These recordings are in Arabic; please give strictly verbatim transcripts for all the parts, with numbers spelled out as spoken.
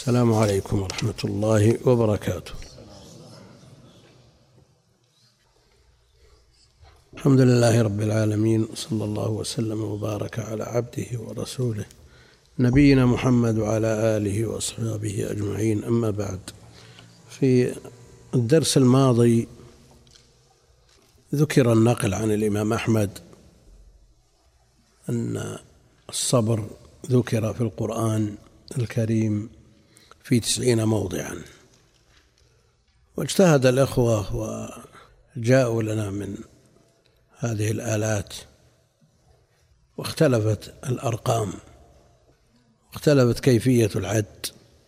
السلام عليكم ورحمة الله وبركاته. الحمد لله رب العالمين، صلى الله وسلم وبارك على عبده ورسوله نبينا محمد وعلى آله وأصحابه أجمعين، أما بعد. في الدرس الماضي ذكر النقل عن الإمام أحمد أن الصبر ذكر في القرآن الكريم في تسعين موضعا، واجتهد الأخوة وجاءوا لنا من هذه الآلات، واختلفت الأرقام واختلفت كيفية العد،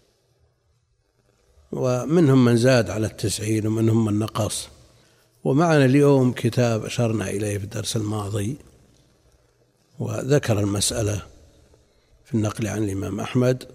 ومنهم من زاد على التسعين ومنهم من نقص. ومعنا اليوم كتاب أشرنا إليه في الدرس الماضي وذكر المسألة في النقل عن الإمام أحمد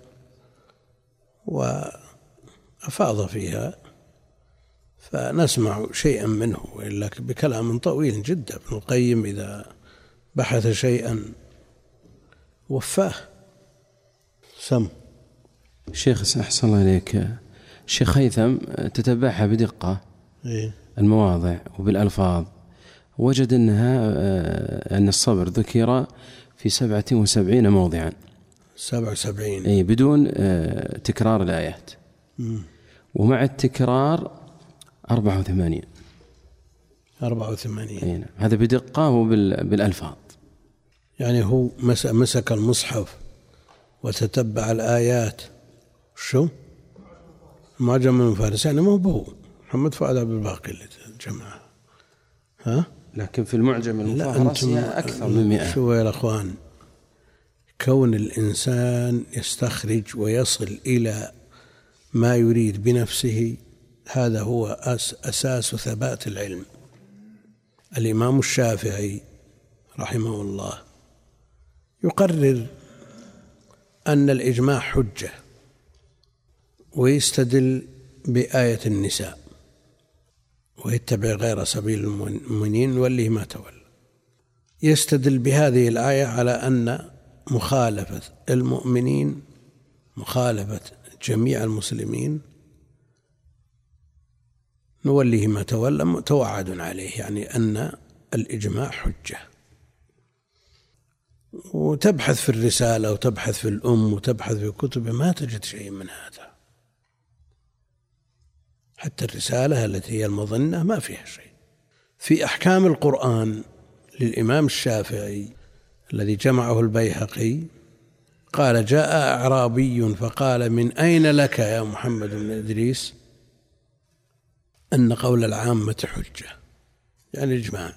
وأفاض فيها، فنسمع شيئا منه، وإلا بكلام طويل جدا. ابن القيم إذا بحث شيئا وفاه. سم شيخ أحسن الله إليك، الشيخ هيثم تتبعها بدقة إيه؟ المواضع وبالألفاظ، وجد أنها أن الصبر ذكر في سبعة وسبعين موضعا سبعة وسبعين أي بدون تكرار الآيات، مم. ومع التكرار أربعة وثمانين أربعة وثمانين أي نعم. هذا بدقة وبالألفاظ، يعني هو مسك المصحف وتتبع الآيات. شو معجم من فارس، يعني مو بهو محمد فؤاد عبد الباقي اللي جمعها، ها؟ لكن في المعجم المفهرس أكثر من مئة. شو يا الأخوان، كون الإنسان يستخرج ويصل إلى ما يريد بنفسه، هذا هو أساس ثبات العلم. الإمام الشافعي رحمه الله يقرر أن الإجماع حجة، ويستدل بآية النساء، ويتبع غير سبيل المؤمنين نوليه ما تولى. يستدل بهذه الآية على أن مخالفة المؤمنين، مخالفة جميع المسلمين، نوليه ما تولى متوعد عليه، يعني أن الإجماع حجة. وتبحث في الرسالة وتبحث في الأم وتبحث في كتب، ما تجد شيء من هذا. حتى الرسالة التي هي المظنة ما فيها شيء. في أحكام القرآن للإمام الشافعي الذي جمعه البيهقي قال: جاء أعرابي فقال: من أين لك يا محمد بن إدريس أن قول العامة حجة، يعني إجماع؟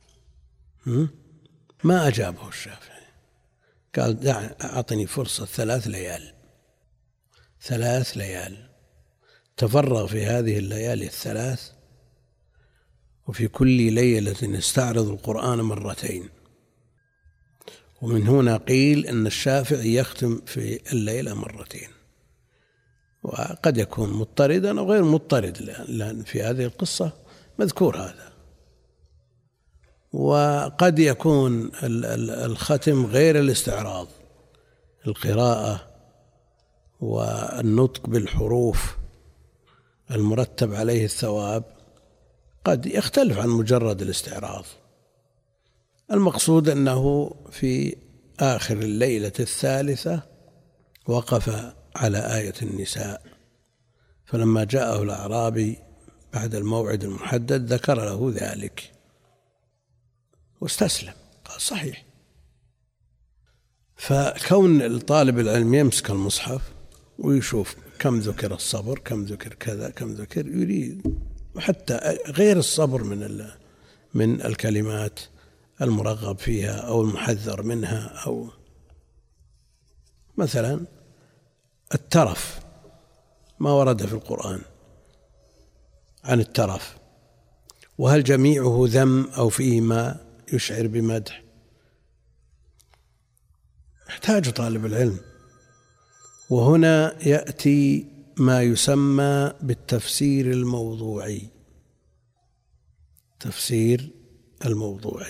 ما أجابه الشافعي، قال: دع أعطني فرصة ثلاث ليال ثلاث ليال تفرغ في هذه الليالي الثلاث، وفي كل ليلة يستعرض القرآن مرتين. ومن هنا قيل أن الشافعي يختم في الليلة مرتين، وقد يكون مضطردا أو غير مضطرد، لأن في هذه القصة مذكور هذا. وقد يكون الختم غير الاستعراض، القراءة والنطق بالحروف المرتب عليه الثواب قد يختلف عن مجرد الاستعراض. المقصود أنه في آخر الليلة الثالثة وقف على آية النساء، فلما جاءه الأعرابي بعد الموعد المحدد ذكر له ذلك واستسلم، قال: صحيح. فكون الطالب العلم يمسك المصحف ويشوف كم ذكر الصبر، كم ذكر كذا، كم ذكر، يريد، وحتى غير الصبر من من الكلمات المرغب فيها أو المحذر منها، أو مثلا الترف، ما ورد في القرآن عن الترف، وهل جميعه ذم أو فيه ما يشعر بمدح؟ يحتاج طالب العلم. وهنا يأتي ما يسمى بالتفسير الموضوعي. تفسير الموضوعي،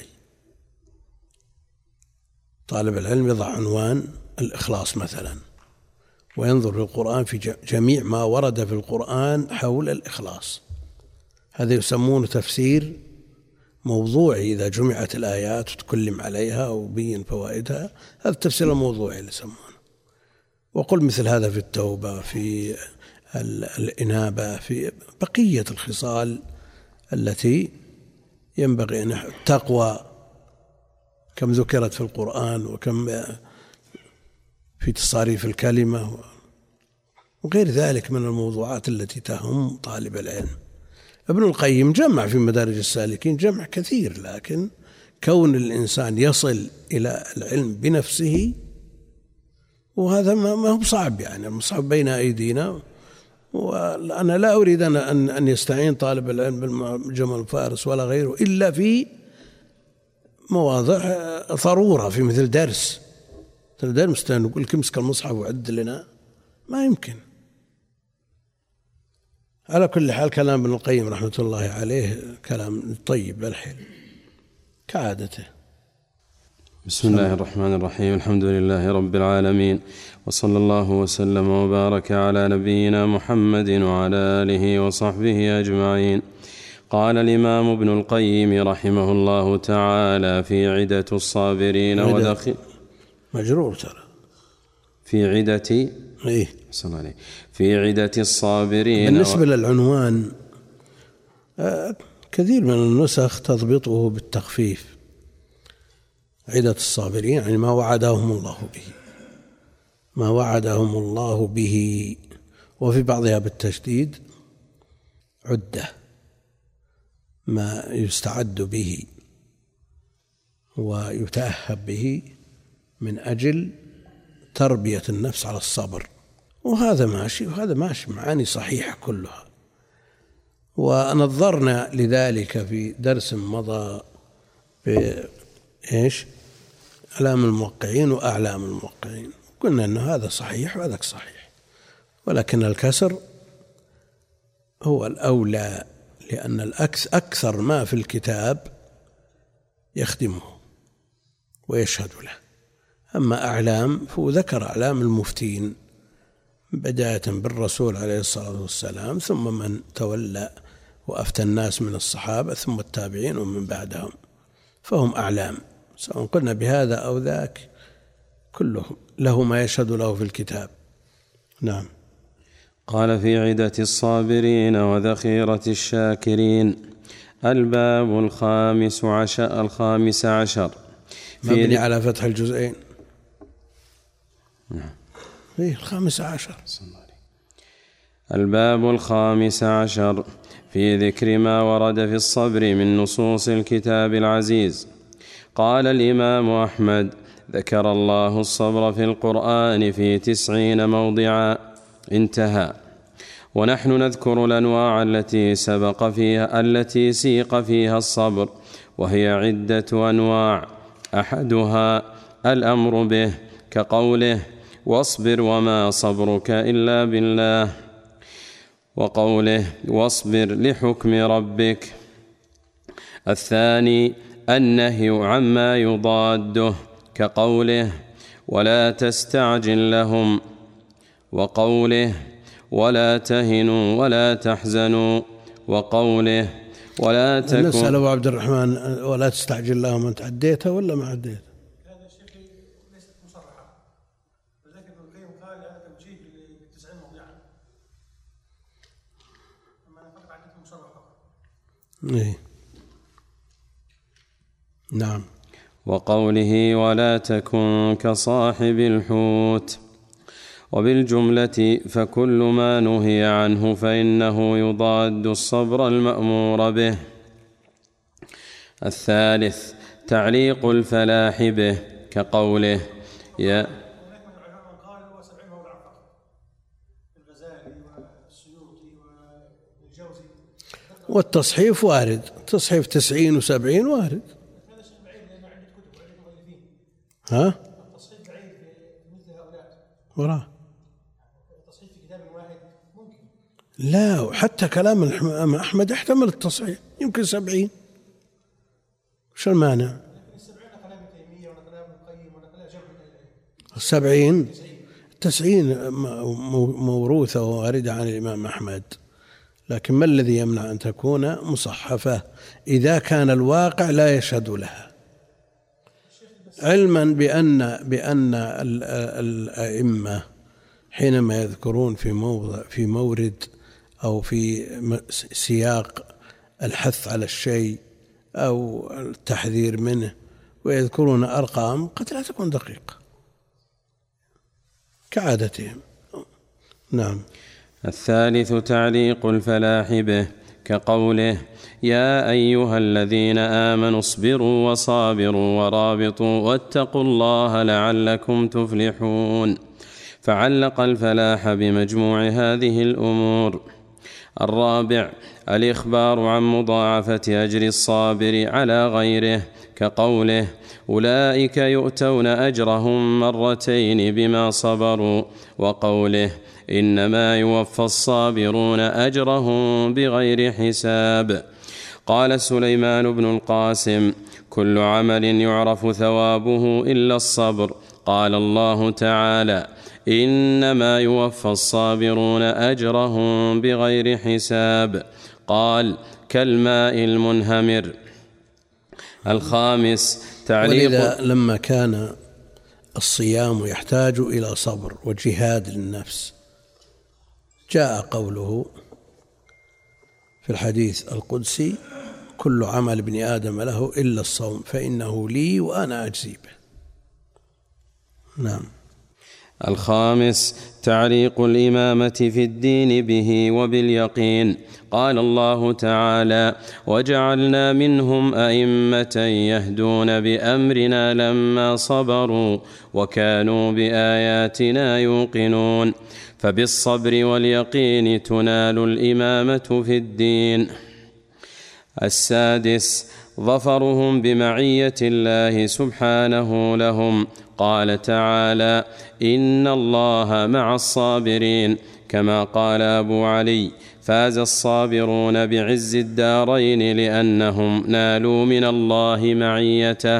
طالب العلم يضع عنوان الإخلاص مثلا، وينظر في القرآن في جميع ما ورد في القرآن حول الإخلاص. هذا يسمونه تفسير موضوعي، إذا جمعت الآيات وتكلم عليها وبين فوائدها، هذا التفسير الموضوعي اللي يسمونه. وقل مثل هذا في التوبة، في الإنابة، في بقية الخصال التي ينبغي أن التقوى كم ذكرت في القرآن وكم في تصاريف الكلمة وغير ذلك من الموضوعات التي تهم طالب العلم. ابن القيم جمع في مدارج السالكين جمع كثير، لكن كون الإنسان يصل إلى العلم بنفسه وهذا ما هو صعب، يعني المصحف بين أيدينا، وأنا لا أريد أن أن يستعين طالب العلم بالجمل الفارس ولا غيره إلا في مواضع ضرورة، في مثل درس مثل درس نقول لك امسك المصحف وعد لنا، ما يمكن. على كل حال كلام ابن القيم رحمة الله عليه كلام طيب للحين كعادته. بسم الله الرحمن الرحيم. الحمد لله رب العالمين، وصلى الله وسلم وبارك على نبينا محمد وعلى آله وصحبه أجمعين. قال الإمام ابن القيم رحمه الله تعالى في عدة الصابرين ودخل مجرور ترى في عدة إيه؟ في عدة الصابرين. بالنسبة و... للعنوان آه كثير من النسخ تضبطه بالتخفيف، عدة الصابرين يعني ما وعدهم الله به، ما وعدهم الله به، وفي بعضها بالتشديد عدة، ما يستعد به ويتأهب به من أجل تربية النفس على الصبر، وهذا ماشي وهذا ماشي، معاني صحيحة كلها. ونظرنا لذلك في درس مضى بإيش أعلام الموقعين وأعلام الموقعين، قلنا أن هذا صحيح وهذاك صحيح، ولكن الكسر هو الأولى، لأن الأكثر أكثر ما في الكتاب يخدمه ويشهد له. أما أعلام فهو ذكر أعلام المفتين بداية بالرسول عليه الصلاة والسلام، ثم من تولى وأفتى الناس من الصحابة، ثم التابعين ومن بعدهم، فهم أعلام سواء قلنا بهذا أو ذاك، كلهم له ما يشهد له في الكتاب. نعم. قال في عدة الصابرين وذخيرة الشاكرين. الباب الخامس عشر الخامس عشر مبني على فتح الجزئين. نعم. إيه الخامس عشر. الباب الخامس عشر في ذكر ما ورد في الصبر من نصوص الكتاب العزيز. قال الإمام أحمد: ذكر الله الصبر في القرآن في تسعين موضعا. انتهى. ونحن نذكر الأنواع التي سبق فيها التي سيق فيها الصبر، وهي عدة أنواع. أحدها الأمر به، كقوله: واصبر وما صبرك إلا بالله، وقوله: واصبر لحكم ربك. الثاني النهي عما يضاده، كقوله: ولا تستعجل لهم، وقوله: ولا تهنوا ولا تحزنوا، وقوله: ولا تكن. نسأل أبو عبد الرحمن: ولا تستعجل لهم، أنت عديتها ولا ما عديتها؟ هذا شيخي ليست مصرحة، ولكن ابن القيم قال هذا توجيه لتسعين موضعا، أما أنا فقط عديتها مصرحة. إيه. نعم. وقوله: ولا تكن كصاحب الحوت. وبالجملة فكل ما نهي عنه فإنه يضاد الصبر المأمور به. الثالث تعليق الفلاح به، كقوله: يا هناك من العلماء من قال هو سبعين موضع فقط، الغزالي والسيوطي والجوزي. والتصحيف وارد، تصحيف تسعين وسبعين وارد. هذا شيء بعيد لأن عدة كتب وعدة مؤلفين. ها؟ التصحيف بعيد في مثل هؤلاء. وراه. التصحيف في كتاب واحد ممكن. لا، حتى كلام أحمد احتمل التصحيح، يمكن سبعين. شو المانع؟ لكن السبعين كلام تيمية ولا كلام القيم ولا كلام جمع. السبعين التسعين موروثة وواردة عن الإمام أحمد، لكن ما الذي يمنع أن تكون مصحفة إذا كان الواقع لا يشهد لها، علما بأن بأن الأئمة حينما يذكرون في موضع في مورد أو في سياق الحث على الشيء أو التحذير منه ويذكرون أرقام قد لا تكون دقيقة كعادتهم. نعم. الثالث تعليق الفلاح به، كقوله: يا أيها الذين آمنوا اصبروا وصابروا ورابطوا واتقوا الله لعلكم تفلحون، فعلق الفلاح بمجموع هذه الأمور. الرابع الإخبار عن مضاعفة أجر الصابر على غيره، كقوله: أولئك يؤتون أجرهم مرتين بما صبروا، وقوله: إنما يوفى الصابرون أجرهم بغير حساب. قال سليمان بن القاسم: كل عمل يعرف ثوابه إلا الصبر. قال الله تعالى: إنما يوفى الصابرون أجرهم بغير حساب. قال: كالماء المنهمر. الخامس تعليق. ولذا لما كان الصيام يحتاج إلى صبر وجهاد للنفس، جاء قوله في الحديث القدسي: كل عمل ابن آدم له إلا الصوم فإنه لي وأنا أجزي به. نعم. الخامس تعليق الإمامة في الدين به وباليقين. قال الله تعالى: وجعلنا منهم أئمة يهدون بأمرنا لما صبروا وكانوا بآياتنا يوقنون. فبالصبر واليقين تنال الإمامة في الدين. السادس ظفرهم بمعية الله سبحانه لهم. قال تعالى: إن الله مع الصابرين، كما قال أبو علي: فاز الصابرون بعز الدارين لأنهم نالوا من الله معيته.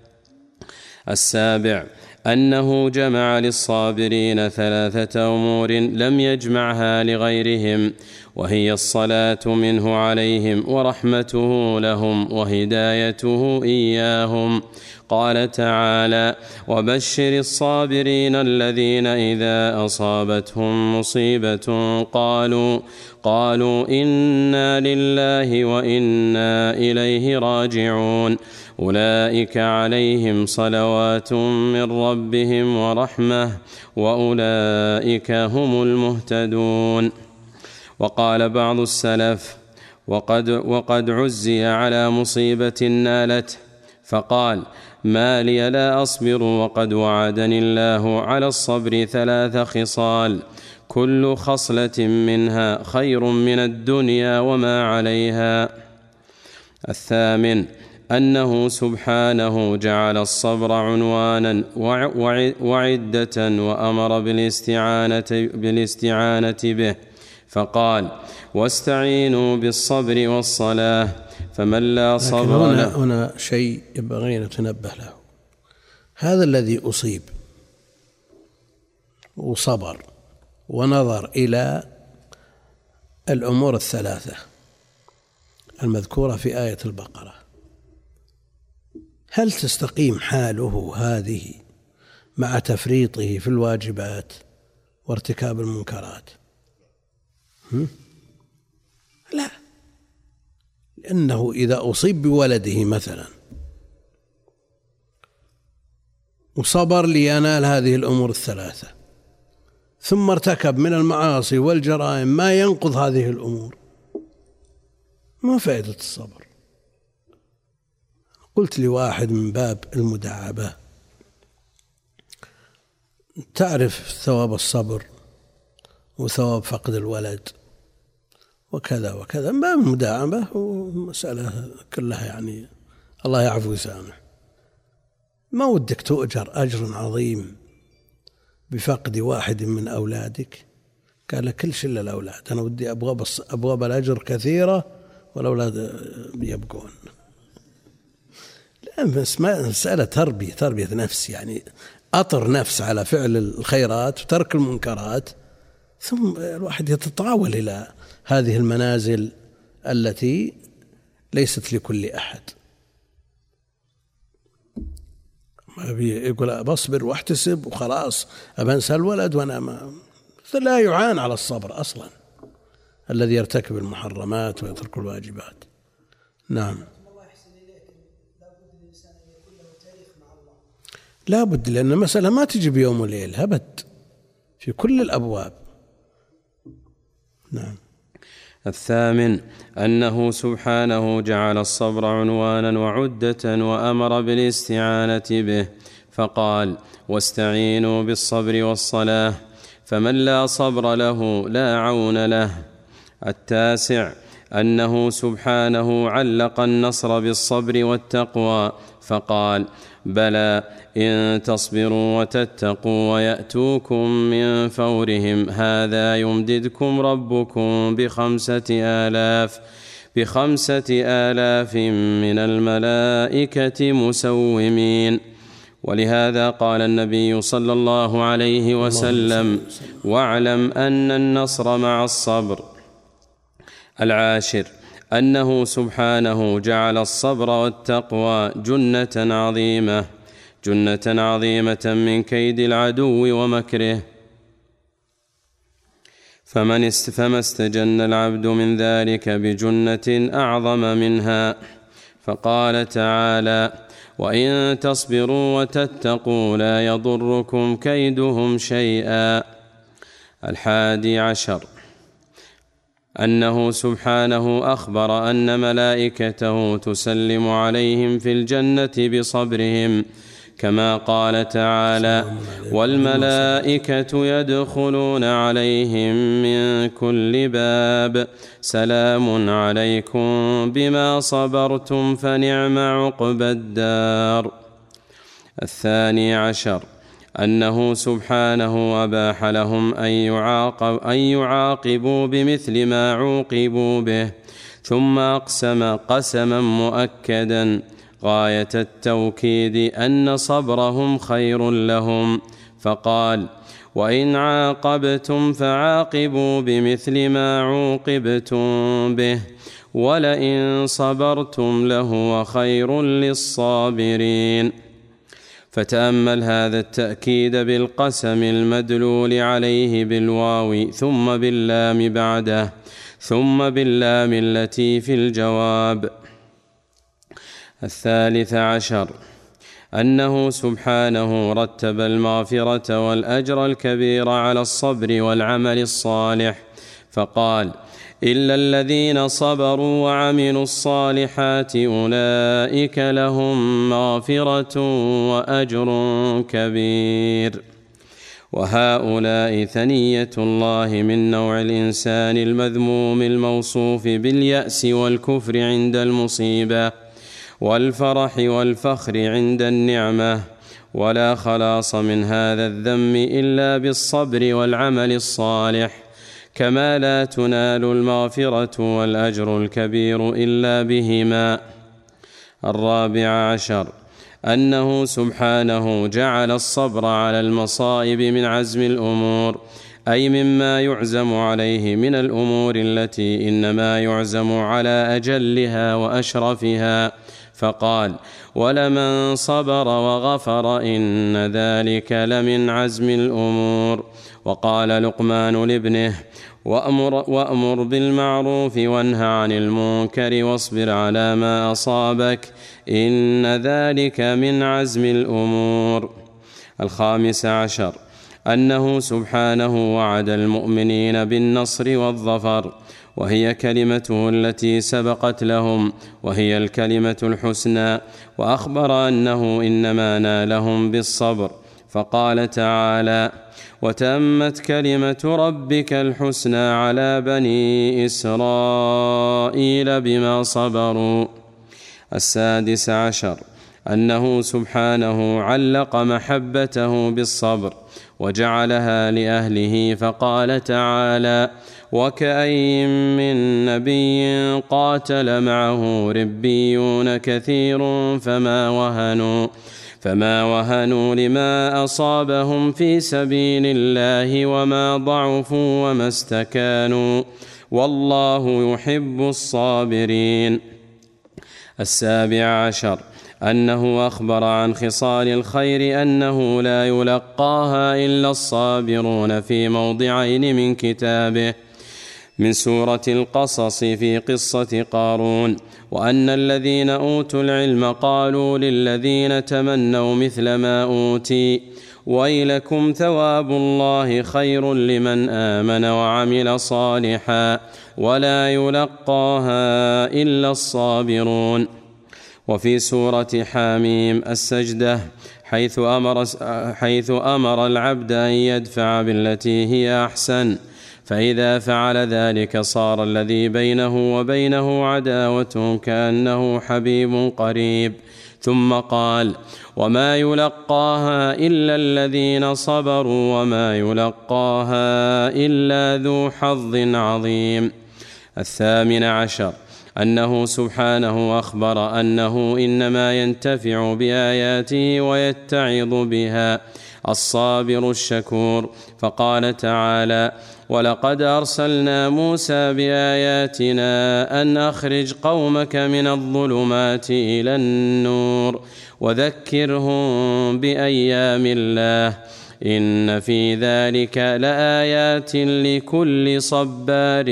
السابع أنه جمع للصابرين ثلاثة أمور لم يجمعها لغيرهم، وهي الصلاة منه عليهم ورحمته لهم وهدايته إياهم. قال تعالى: وبشر الصابرين الذين إذا أصابتهم مصيبة قالوا قالوا إنا لله وإنا إليه راجعون، أولئك عليهم صلوات من ربهم ورحمة وأولئك هم المهتدون. وقال بعض السلف: وقد, وقد عزي على مصيبة نالته فقال: ما لي لا أصبر وقد وعدني الله على الصبر ثلاث خصال، كل خصلة منها خير من الدنيا وما عليها. الثامن أنه سبحانه جعل الصبر عنوانا وعدة وأمر بالاستعانة, بالاستعانة به، فقال: واستعينوا بالصبر والصلاة، فمن لا صبر هنا, هنا شيء ينبغي أن نتنبه له. هذا الذي أصيب وصبر ونظر إلى الأمور الثلاثة المذكورة في آية البقرة، هل تستقيم حاله هذه مع تفريطه في الواجبات وارتكاب المنكرات؟ لا، لأنه إذا أصيب بولده مثلا وصبر لينال هذه الأمور الثلاثة ثم ارتكب من المعاصي والجرائم ما ينقض هذه الأمور، ما فائدة الصبر؟ قلت لواحد من باب المداعبة: تعرف ثواب الصبر وثواب فقد الولد وكذا وكذا، من باب المداعبة ومسألة كلها يعني الله يعفو ويسامح. ما ودك تؤجر أجر عظيم بفقد واحد من أولادك؟ قال: كل شيء للأولاد، أنا ودي أبغى بس أبغى بالأجر كثيرة والأولاد يبقون. لا، بس ما مسألة تربية تربية نفس، يعني أطر نفس على فعل الخيرات وترك المنكرات، ثم الواحد يتطاول إلى هذه المنازل التي ليست لكل أحد. يقول بصبر واحتسب وخلاص أبنسى الولد وأنا ما لا يعان على الصبر أصلا الذي يرتكب المحرمات ويترك الواجبات. نعم. لا بد، لأن المسألة ما تجي بيوم وليل، هبد في كل الأبواب. نعم. الثامن أنه سبحانه جعل الصبر عنوانا وعدة وأمر بالاستعانة به، فقال: واستعينوا بالصبر والصلاة، فمن لا صبر له لا عون له. التاسع أنه سبحانه علق النصر بالصبر والتقوى، فقال: بلى إن تصبروا وتتقوا ويأتوكم من فورهم هذا يمددكم ربكم بخمسة آلاف بخمسة آلاف من الملائكة مسومين. ولهذا قال النبي صلى الله عليه وسلم: واعلم أن النصر مع الصبر. العاشر أنه سبحانه جعل الصبر والتقوى جنة عظيمة جنة عظيمة من كيد العدو ومكره، فمن است فما استجن العبد من ذلك بجنة أعظم منها. فقال تعالى: وإن تصبروا وتتقوا لا يضركم كيدهم شيئا. الحادي عشر أنه سبحانه أخبر أن ملائكته تسلم عليهم في الجنة بصبرهم، كما قال تعالى: والملائكة يدخلون عليهم من كل باب سلام عليكم بما صبرتم فنعم عقبى الدار. الثاني عشر أنه سبحانه أباح لهم أن يعاقب أن يعاقبوا بمثل ما عوقبوا به، ثم أقسم قسما مؤكدا غاية التوكيد أن صبرهم خير لهم، فقال: وإن عاقبتم فعاقبوا بمثل ما عوقبتم به ولئن صبرتم لهو خير للصابرين. فتأمل هذا التأكيد بالقسم المدلول عليه بالواو ثم باللام بعده ثم باللام التي في الجواب. الثالث عشر أنه سبحانه رتب المغفرة والأجر الكبير على الصبر والعمل الصالح، فقال: إلا الذين صبروا وعملوا الصالحات أولئك لهم مغفرة وأجر كبير. وهؤلاء ثنية الله من نوع الإنسان المذموم الموصوف باليأس والكفر عند المصيبة والفرح والفخر عند النعمة، ولا خلاص من هذا الذم إلا بالصبر والعمل الصالح، كما لا تنال المغفرة والأجر الكبير إلا بهما. الرابع عشر أنه سبحانه جعل الصبر على المصائب من عزم الأمور، أي مما يعزم عليه من الأمور التي إنما يعزم على أجلها وأشرفها، فقال: ولمن صبر وغفر إن ذلك لمن عزم الأمور. وقال لقمان لابنه: وأمر, وأمر بالمعروف وانه عن المنكر واصبر على ما أصابك إن ذلك من عزم الأمور. الخامس عشر أنه سبحانه وعد المؤمنين بالنصر والظفر، وهي كلمته التي سبقت لهم، وهي الكلمة الحسنى، وأخبر أنه إنما نالهم بالصبر، فقال تعالى: وتمت كلمة ربك الحسنى على بني إسرائيل بما صبروا. السادس عشر أنه سبحانه علق محبته بالصبر وجعلها لأهله، فقال تعالى: وكأين من نبي قاتل معه ربيون كثير فما وهنوا فما وهنوا لما أصابهم في سبيل الله وما ضعفوا وما استكانوا والله يحب الصابرين. السابع عشر أنه أخبر عن خصال الخير أنه لا يلقاها إلا الصابرون في موضعين من كتابه من سورة القصص في قصة قارون، وأن الذين أوتوا العلم قالوا للذين تمنوا مثل ما أوتي ويلكم ثواب الله خير لمن آمن وعمل صالحا ولا يلقاها إلا الصابرون. وفي سورة حاميم السجدة حيث أمر, حيث أمر العبد أن يدفع بالتي هي أحسن، فإذا فعل ذلك صار الذي بينه وبينه عداوة كأنه حبيب قريب. ثم قال وما يلقاها إلا الذين صبروا وما يلقاها إلا ذو حظ عظيم. الثامن عشر أنه سبحانه أخبر أنه إنما ينتفع بآياته ويتعظ بها الصابر الشكور، فقال تعالى ولقد أرسلنا موسى بآياتنا أن أخرج قومك من الظلمات إلى النور وذكرهم بأيام الله إن في ذلك لآيات لكل صبار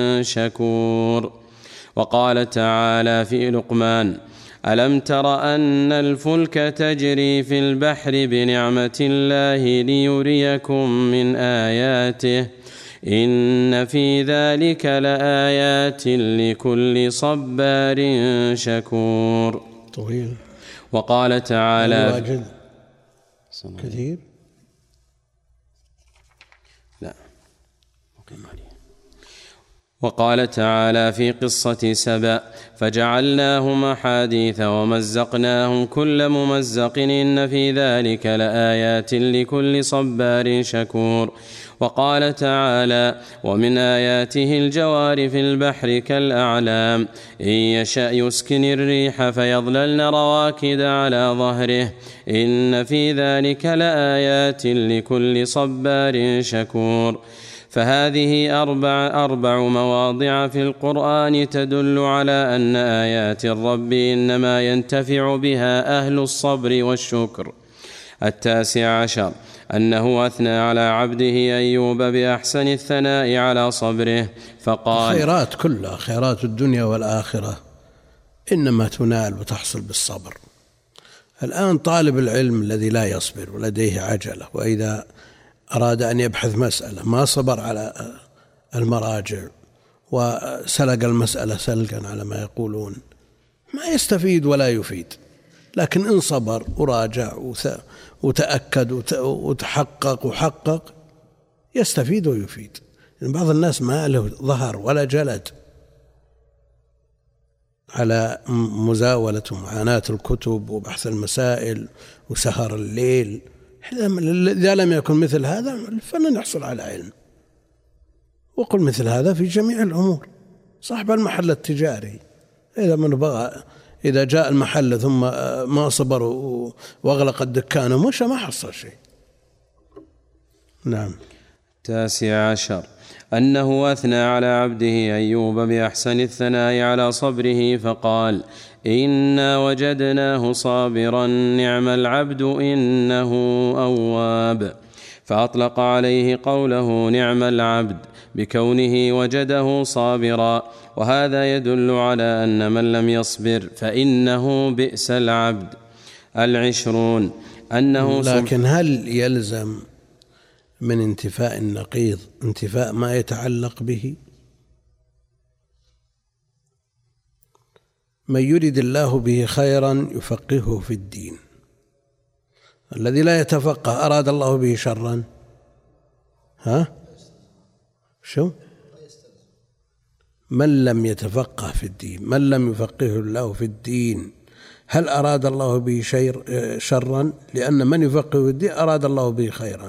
شكور. وقال تعالى في لقمان ألم تر أن الفلك تجري في البحر بنعمة الله ليريكم من آياته إن في ذلك لآيات لكل صبار شكور. طويل. وقال تعالى كثير لا وقال تعالى في قصة سبأ فجعلناهم أحاديث ومزقناهم كل ممزق إن في ذلك لآيات لكل صبار شكور. وقال تعالى ومن آياته الجوار في البحر كالأعلام إن يشأ يسكن الريح فيظللن رواكد على ظهره إن في ذلك لآيات لكل صبار شكور. فهذه أربع, أربع مواضع في القرآن تدل على أن آيات الرب إنما ينتفع بها أهل الصبر والشكر. التاسع عشر أنه أثنى على عبده أيوب بأحسن الثناء على صبره فقال خيرات كلها خيرات الدنيا والآخرة إنما تنال وتحصل بالصبر. الآن طالب العلم الذي لا يصبر ولديه عجلة وإذا أراد أن يبحث مسألة ما صبر على المراجع وسلق المسألة سلقا على ما يقولون ما يستفيد ولا يفيد. لكن إن صبر وراجع وتأكد وتحقق وحقق يستفيد ويفيد. يعني بعض الناس ما له ظهر ولا جلد على مزاولة ومعاناة الكتب وبحث المسائل وسهر الليل. إذا لم يكن مثل هذا فلن يحصل على علم. وقل مثل هذا في جميع الأمور. صاحب المحل التجاري إذا من بغى إذا جاء المحل ثم ما صبر وأغلق الدكان مش ما حصل شيء. نعم. التاسع عشر أنه أثنى على عبده أيوب بأحسن الثناء على صبره فقال إنا وجدناه صابرا نعم العبد إنه أواب، فأطلق عليه قوله نعم العبد بكونه وجده صابرا، وهذا يدل على أن من لم يصبر فإنه بئس العبد. العشرون أنه لكن هل يلزم من انتفاء النقيض انتفاء ما يتعلق به؟ من يريد الله به خيرا يفقهه في الدين. الذي لا يتفقه أراد الله به شرا ها شو من لم يتفقه في الدين من لم يفقهه الله في الدين هل أراد الله به شرا؟ لأن من يفقهه في الدين أراد الله به خيرا.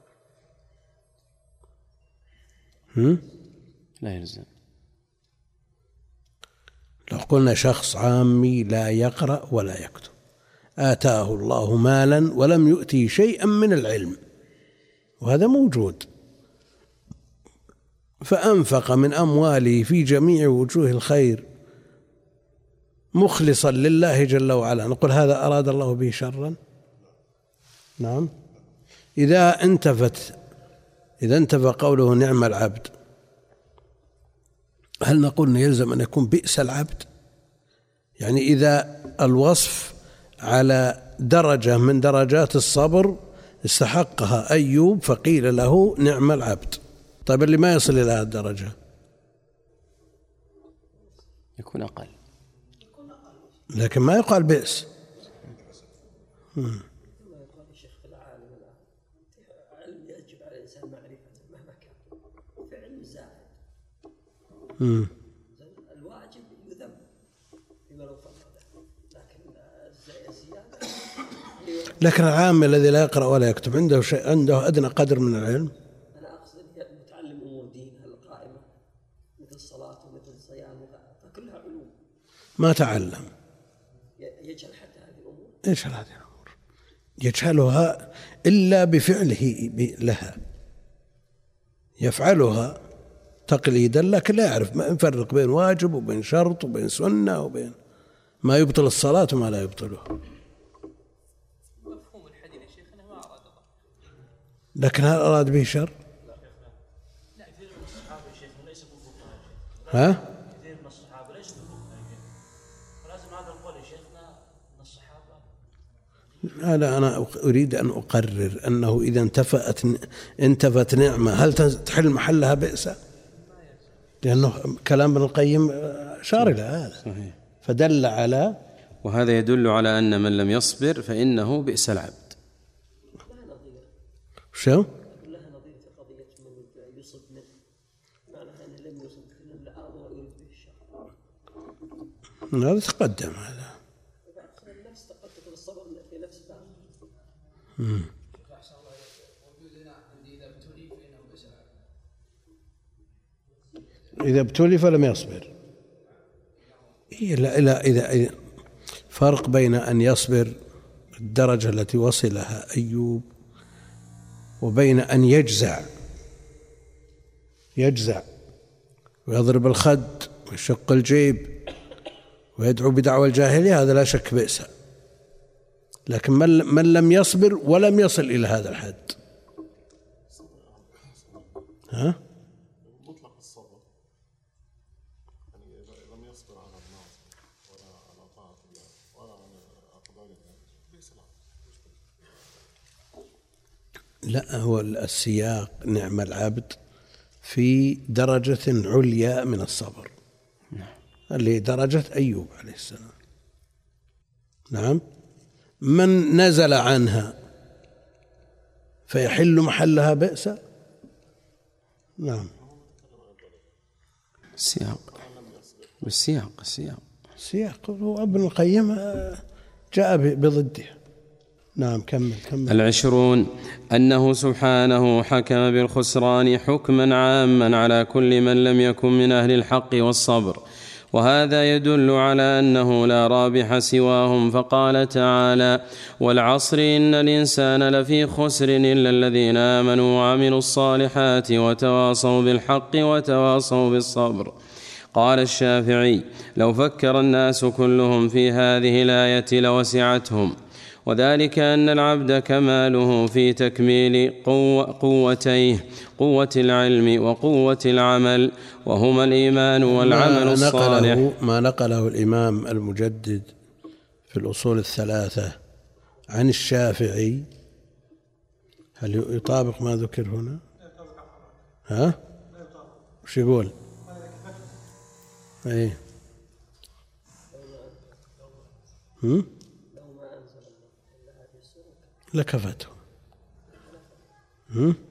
هم؟ لا يلزم. لو قلنا شخص عامي لا يقرأ ولا يكتب آتاه الله مالا ولم يؤتي شيئا من العلم، وهذا موجود، فأنفق من أمواله في جميع وجوه الخير مخلصا لله جل وعلا، نقول هذا أراد الله به شرا؟ نعم. إذا انتفت إذا انتفى قوله نعم العبد، هل نقول أنه يلزم أن يكون بئس العبد؟ يعني إذا الوصف على درجة من درجات الصبر استحقها أيوب فقيل له نعم العبد، طيب اللي ما يصل إلى هذه الدرجة يكون أقل، لكن ما يقال بئس. مم. مم. الواجب يذم بما لو فضله، لكن الزيادة. لكن العام الذي لا يقرأ ولا يكتب عنده شيء، عنده أدنى قدر من العلم. أنا أقصد متعلم أمور دينها القائمة مثل الصلاة ومثل الصيام فكلها علوم ما تعلم، يجهل حتى هذه الأمور. يجهل هذه الأمور، يجهلها إلا بفعله لها، يفعلها تقليدا لكن لا يعرف، ما يفرق بين واجب وبين شرط وبين سنة وبين ما يبطل الصلاة وما لا يبطلها. مفهوم الحديث يا شيخنا ما أراد الله، لكن هل أراد به شر؟ لا، كثير من الصحابة يا شيخنا ليسوا بالفقهاء. ها؟ كثير من الصحابة ليسوا بالفقهاء يا شيخ، ولازم هذا القول يا شيخنا من الصحابة. لا، أنا أريد أن أقرر أنه إذا انتفت انتفت نعمة هل تحل محلها بئسا؟ لأنه كلام ابن القيم شار إلى هذا، فدل على، وهذا يدل على أن من لم يصبر فإنه بئس العبد. شو؟ لها نظير في قضية من يصب منه، معناها أنه لم يصب إلا الأرض ويريد به الشر. هذا تقدم هذا. النفس تقدم الصبر في نفس بعض. امم إذا ابتلي فلم يصبر. لا لا إذا فرق بين أن يصبر الدرجة التي وصلها أيوب وبين أن يجزع يجزع ويضرب الخد ويشق الجيب ويدعو بدعوى الجاهلية، هذا لا شك بئس. لكن من لم يصبر ولم يصل إلى هذا الحد، ها؟ مطلق الصبر يعني لم يصبر على المعصية ولا على طاعة الله ولا على أقدار الله بئس العبد. لا، هو السياق نعم العبد في درجة عليا من الصبر اللي درجة أيوب عليه السلام. نعم، من نزل عنها فيحل محلها بئسا. نعم، السياق بالسياق السياق السياق هو ابن القيم جاء بضده. نعم، كمل كمل. العشرون أنه سبحانه حكم بالخسران حكما عاما على كل من لم يكن من أهل الحق والصبر، وهذا يدل على أنه لا رابح سواهم، فقال تعالى: والعصر إن الإنسان لفي خسر إلا الذين آمنوا وعملوا الصالحات وتواصوا بالحق وتواصوا بالصبر. قال الشافعي: لو فكر الناس كلهم في هذه الآية لوسعتهم، وذلك أن العبد كماله في تكميل قوة قوتيه، قوة العلم وقوة العمل، وهما الإيمان والعمل ما الصالح. نقله ما نقله الإمام المجدد في الأصول الثلاثة عن الشافعي هل يطابق ما ذكر هنا؟ ها؟ وش يقول؟ ايه هم؟ لكفته. هم؟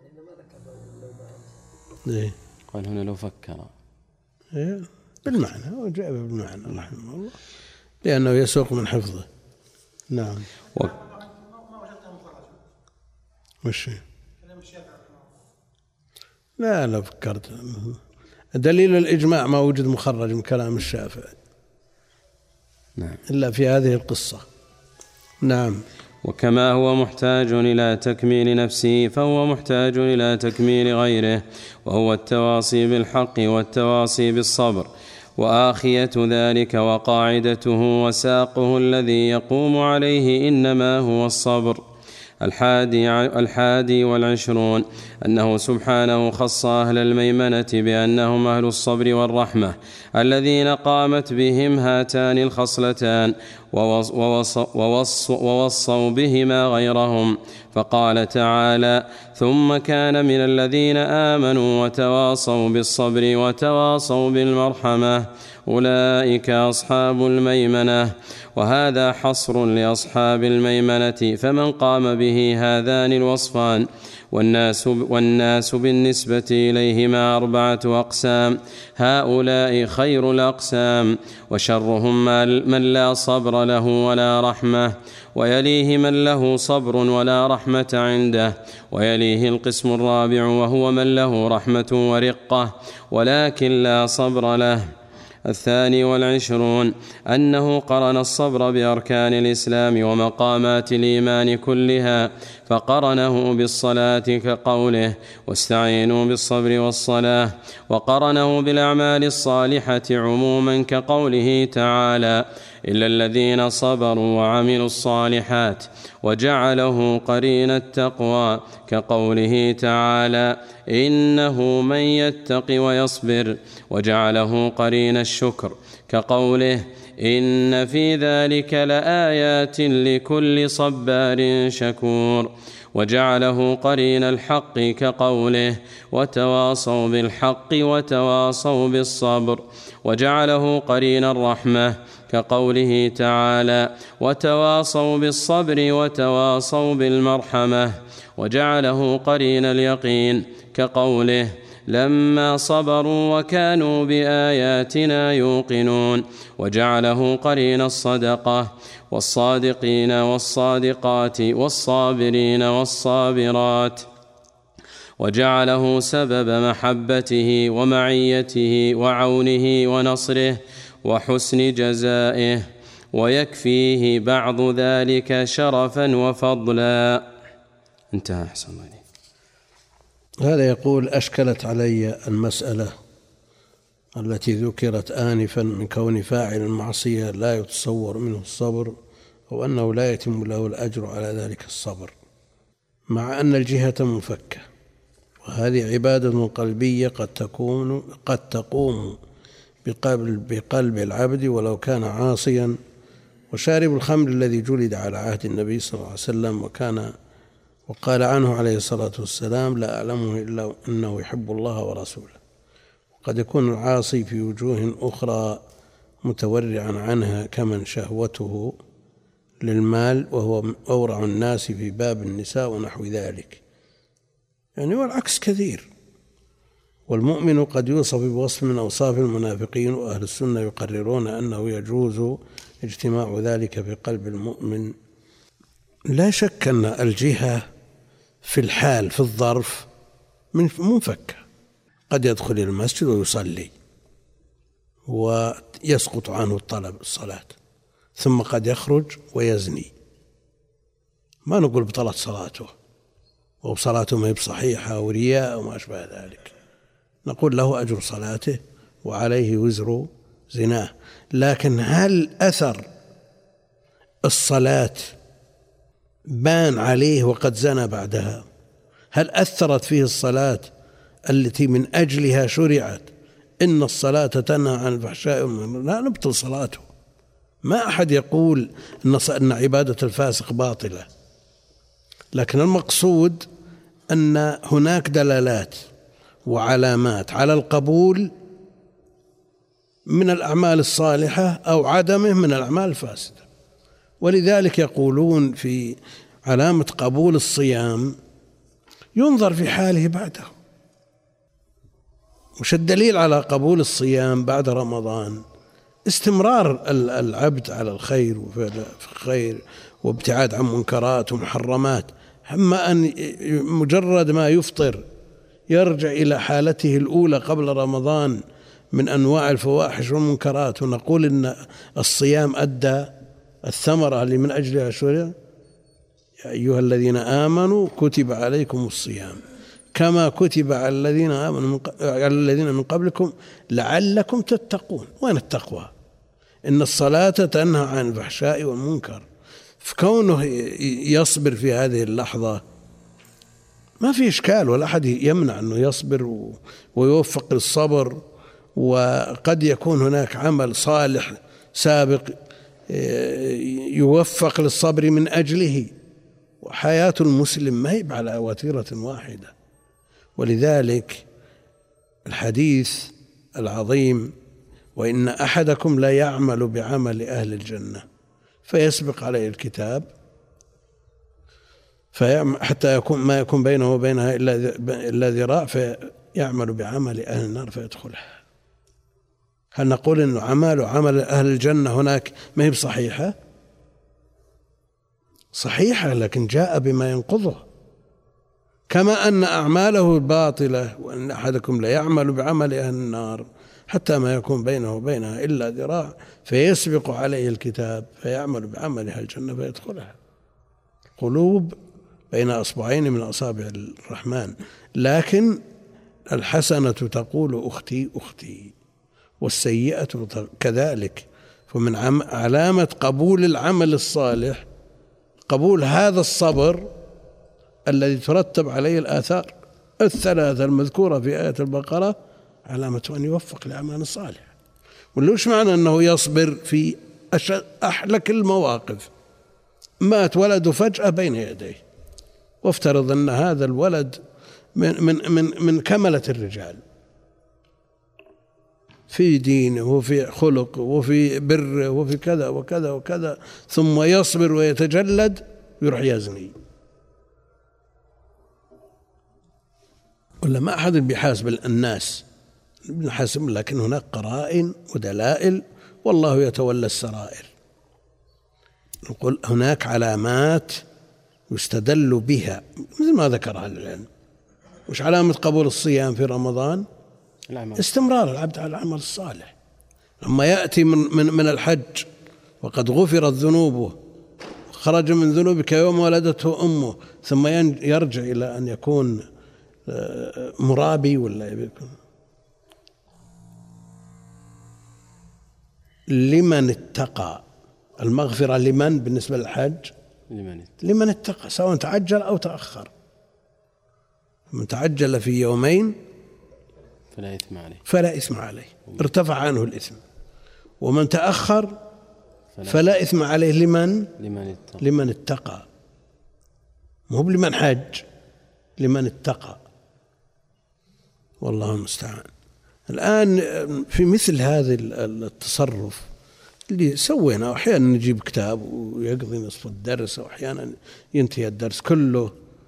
ايه قال هنا لو فكر، إيه؟ بالمعنى، وجاء بالمعنى رحمه الله لأنه يسوق من حفظه. نعم. و... وش لا لو فكرت دليل الإجماع ما وجد مخرج من كلام الشافعي نعم. إلا في هذه القصة. نعم. وكما هو محتاج إلى تكميل نفسه فهو محتاج إلى تكميل غيره، وهو التواصي بالحق والتواصي بالصبر. وآخية ذلك وقاعدته وساقه الذي يقوم عليه إنما هو الصبر. الحادي, الحادي والعشرون أنه سبحانه خص أهل الميمنة بأنهم أهل الصبر والرحمة الذين قامت بهم هاتان الخصلتان، ووصوا بهما غيرهم، فقال تعالى: ثم كان من الذين آمنوا وتواصوا بالصبر وتواصوا بالمرحمة أولئك أصحاب الميمنة. وهذا حصر لأصحاب الميمنة، فمن قام به هذان الوصفان والناس, والناس بالنسبة إليهما أربعة أقسام، هؤلاء خير الأقسام، وشرهم من لا صبر له ولا رحمة، ويليه من له صبر ولا رحمة عنده، ويليه القسم الرابع وهو من له رحمة ورقة ولكن لا صبر له. الثاني والعشرون أنه قرن الصبر بأركان الإسلام ومقامات الإيمان كلها، فقرنه بالصلاة كقوله: واستعينوا بالصبر والصلاة، وقرنه بالأعمال الصالحة عموما كقوله تعالى: إلا الذين صبروا وعملوا الصالحات، وجعله قرين التقوى كقوله تعالى: إنه من يتق ويصبر، وجعله قرين الشكر كقوله: إن في ذلك لآيات لكل صبار شكور، وجعله قرين الحق كقوله: وتواصوا بالحق وتواصوا بالصبر، وجعله قرين الرحمة كقوله تعالى: وتواصوا بالصبر وتواصوا بالمرحمة، وجعله قرين اليقين كقوله: لما صبروا وكانوا بآياتنا يوقنون، وجعله قرين الصدقة والصادقين والصادقات والصابرين والصابرات، وجعله سبب محبته ومعيته وعونه ونصره وحسن جزائه، ويكفيه بعض ذلك شرفا وفضلا. انتهى. أحسن الله عليك. هذا يقول: أشكلت علي المسألة التي ذكرت آنفا من كون فاعل المعصية لا يتصور منه الصبر، أو أنه لا يتم له الأجر على ذلك الصبر، مع أن الجهة مفكة، وهذه عبادة قلبية قد تكون قد تقوم بقلب, بقلب العبد ولو كان عاصيا. وشارب الخمر الذي جلد على عهد النبي صلى الله عليه وسلم وكان وقال عنه عليه الصلاة والسلام: لا أعلمه إلا أنه يحب الله ورسوله. وقد يكون العاصي في وجوه أخرى متورعا عنها، كمن شهوته للمال وهو أورع الناس في باب النساء ونحو ذلك، يعني والعكس كثير. والمؤمن قد يوصف بوصف من أوصاف المنافقين، وأهل السنة يقررون أنه يجوز اجتماع ذلك في قلب المؤمن. لا شك أن الجهة في الحال في الظرف منفكة، قد يدخل المسجد ويصلي ويسقط عنه الطلب الصلاة، ثم قد يخرج ويزني، ما نقول بطلت صلاته أو صلاته ما هي بصحيحة أو رياء أو ما أشبه ذلك، نقول له أجر صلاته وعليه وزر زناه. لكن هل أثر الصلاة بان عليه وقد زنى بعدها؟ هل أثرت فيه الصلاة التي من أجلها شرعت؟ إن الصلاة تنهى عن الفحشاء والمنكر، لا نبطل صلاته. ما أحد يقول أن عبادة الفاسق باطلة، لكن المقصود أن هناك دلالات وعلامات على القبول من الأعمال الصالحة أو عدمه من الأعمال الفاسدة. ولذلك يقولون في علامة قبول الصيام ينظر في حاله بعده. وش الدليل على قبول الصيام بعد رمضان؟ استمرار العبد على الخير وفعل الخير وابتعاد عن منكرات ومحرمات، أما أن مجرد ما يفطر يرجع إلى حالته الأولى قبل رمضان من أنواع الفواحش والمنكرات ونقول إن الصيام أدى، الثمرة اللي من أجلها شرع يا أيها الذين آمنوا كتب عليكم الصيام كما كتب على الذين آمنوا من على الذين من قبلكم لعلكم تتقون. وين التقوى؟ إن الصلاة تنهى عن الفحشاء والمنكر، فكونه يصبر في هذه اللحظة ما في إشكال، ولا أحد يمنع أنه يصبر ويوفق للصبر. وقد يكون هناك عمل صالح سابق يوفق للصبر من أجله، وحياة المسلم ما هي على وتيرة واحدة. ولذلك الحديث العظيم وإن أحدكم لا يعمل بعمل أهل الجنة فيسبق عليه الكتاب حتى يكون ما يكون بينه وبينها إلا ذراع فيعمل بعمل أهل النار فيدخلها. هل نقول إنه عمل وعمل أهل الجنة هناك ما هي بصحيحة؟ صحيحة، لكن جاء بما ينقضه، كما أن أعماله باطلة وأن أحدكم لا يعمل بعمل أهل النار حتى ما يكون بينه وبينها إلا ذراع فيسبق عليه الكتاب فيعمل بعمل أهل الجنة فيدخلها. قلوب بين أصبعين من أصابع الرحمن، لكن الحسنة تقول أختي أختي والسيئة كذلك. فمن علامة قبول العمل الصالح قبول هذا الصبر الذي ترتب عليه الآثار الثلاثة المذكورة في آية البقرة، علامة أن يوفق لعمل الصالح. ولوش معنى أنه يصبر في أحلك المواقف؟ مات ولده فجأة بين يديه، وافترض أن هذا الولد من, من, من, من كملة الرجال في دينه وفي خلقه وفي بره وفي كذا وكذا وكذا، ثم يصبر ويتجلد ويروح يزني. ولا ما أحد بيحاسب الناس بنحاسب، لكن هناك قرائن ودلائل والله يتولى السرائر. نقول هناك علامات يستدل بها مثل ما ذكرها العلم. وش علامة قبول الصيام في رمضان؟ العمل. استمرار العبد على العمل الصالح. لما يأتي من, من, من الحج وقد غفرت ذنوبه خرج من ذنوبك يوم ولدته أمه، ثم يرجع إلى أن يكون مرابي ولا يكون لمن اتقى. المغفرة لمن بالنسبة للحج؟ لمن اتقى. لمن اتقى سواء تعجل أو تأخر. من تعجل في يومين فلا إثم عليه فلا إثم عليه ارتفع عنه الإثم. ومن تأخر فلا, فلا إثم عليه لمن لمن اتقى, لمن اتقى. مو لمن حج، لمن اتقى. والله المستعان. الآن في مثل هذا التصرف اللي سوينا، أحيانا نجيب كتاب ويقضي نصف الدرس، وأحيانا ينتهي الدرس كله،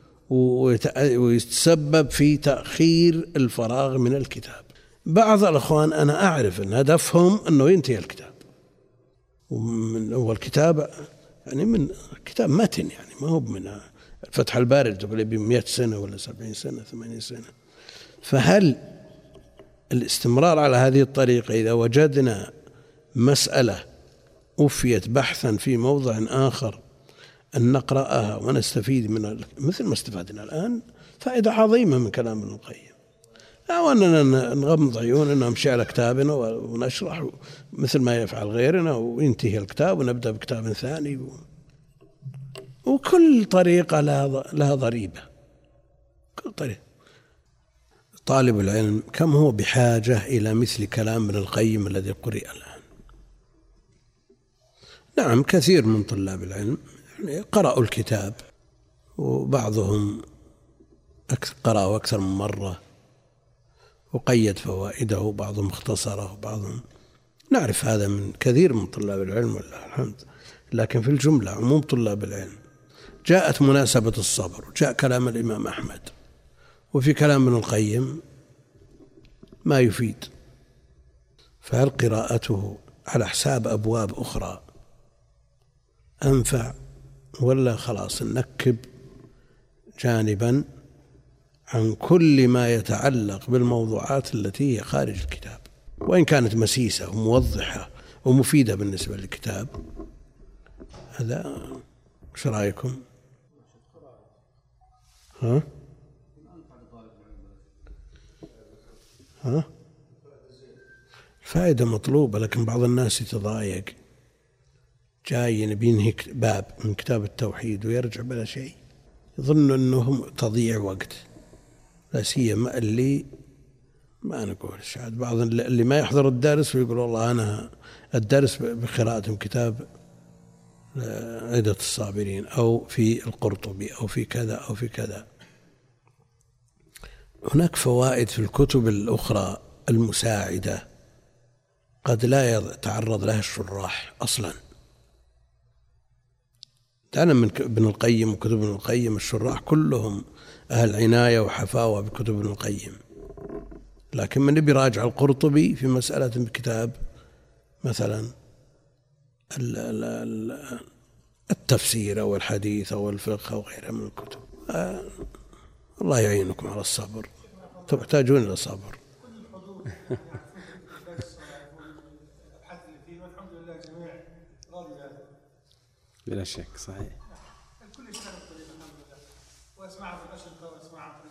ويتسبب في تأخير الفراغ من الكتاب. بعض الأخوان أنا أعرف أن هدفهم أنه ينتهي الكتاب، ومن أول كتاب يعني من كتاب متن، يعني ما هو من فتح الباري تقول بمئة سنة ولا سبعين سنة ثمانين سنة. فهل الاستمرار على هذه الطريقة إذا وجدنا مسألة أفيت بحثا في موضع آخر أن نقرأها ونستفيد من مثل ما استفادنا الآن فائدة عظيمة من كلام ابن القيم، أو أننا نغمض عيوننا ونمشي على كتابنا ونشرح مثل ما يفعل غيرنا وينتهي الكتاب ونبدأ بكتاب ثاني، وكل طريقة لها ضريبة. كل طريقة. طالب العلم كم هو بحاجة إلى مثل كلام ابن القيم الذي قرئ الآن. نعم كثير من طلاب العلم يعني قرأوا الكتاب، وبعضهم قرأوا أكثر من مرة وقيد فوائده، وبعضهم اختصره، وبعضهم نعرف هذا من كثير من طلاب العلم والله الحمد. لكن في الجملة عموم طلاب العلم جاءت مناسبة الصبر، وجاء كلام الإمام أحمد، وفي كلام ابن القيم ما يفيد. فهل قراءته على حساب أبواب أخرى أنفع، ولا خلاص ننكب جانبا عن كل ما يتعلق بالموضوعات التي هي خارج الكتاب، وإن كانت مسيسة وموضحة ومفيدة بالنسبة للكتاب، هذا ايش رايكم؟ ها؟ ها؟ الفائدة مطلوبة، لكن بعض الناس يتضايق، جاي يبي ينهي باب من كتاب التوحيد ويرجع بلا شيء، يظن أنه تضييع وقت. لا سيما اللي ما نقول شاد، بعض اللي ما يحضر الدرس ويقول والله أنا الدرس بقراءة كتاب عدة الصابرين أو في القرطبي أو في كذا أو في كذا. هناك فوائد في الكتب الأخرى المساعدة قد لا يتعرض لها الشراح أصلا. أنا من ابن القيم وكتب ابن القيم الشراح كلهم أهل عناية وحفاوة بكتب ابن القيم، لكن من يبي يراجع القرطبي في مسألة بكتاب مثلا التفسير أو الحديث أو الفقه أو غيرها من الكتب، آه الله يعينكم على الصبر، تحتاجون إلى صبر. بلا شك صحيح. الكل يشتغل الطريق الحمد لله، واسمعها في الأشرطة واسمعها في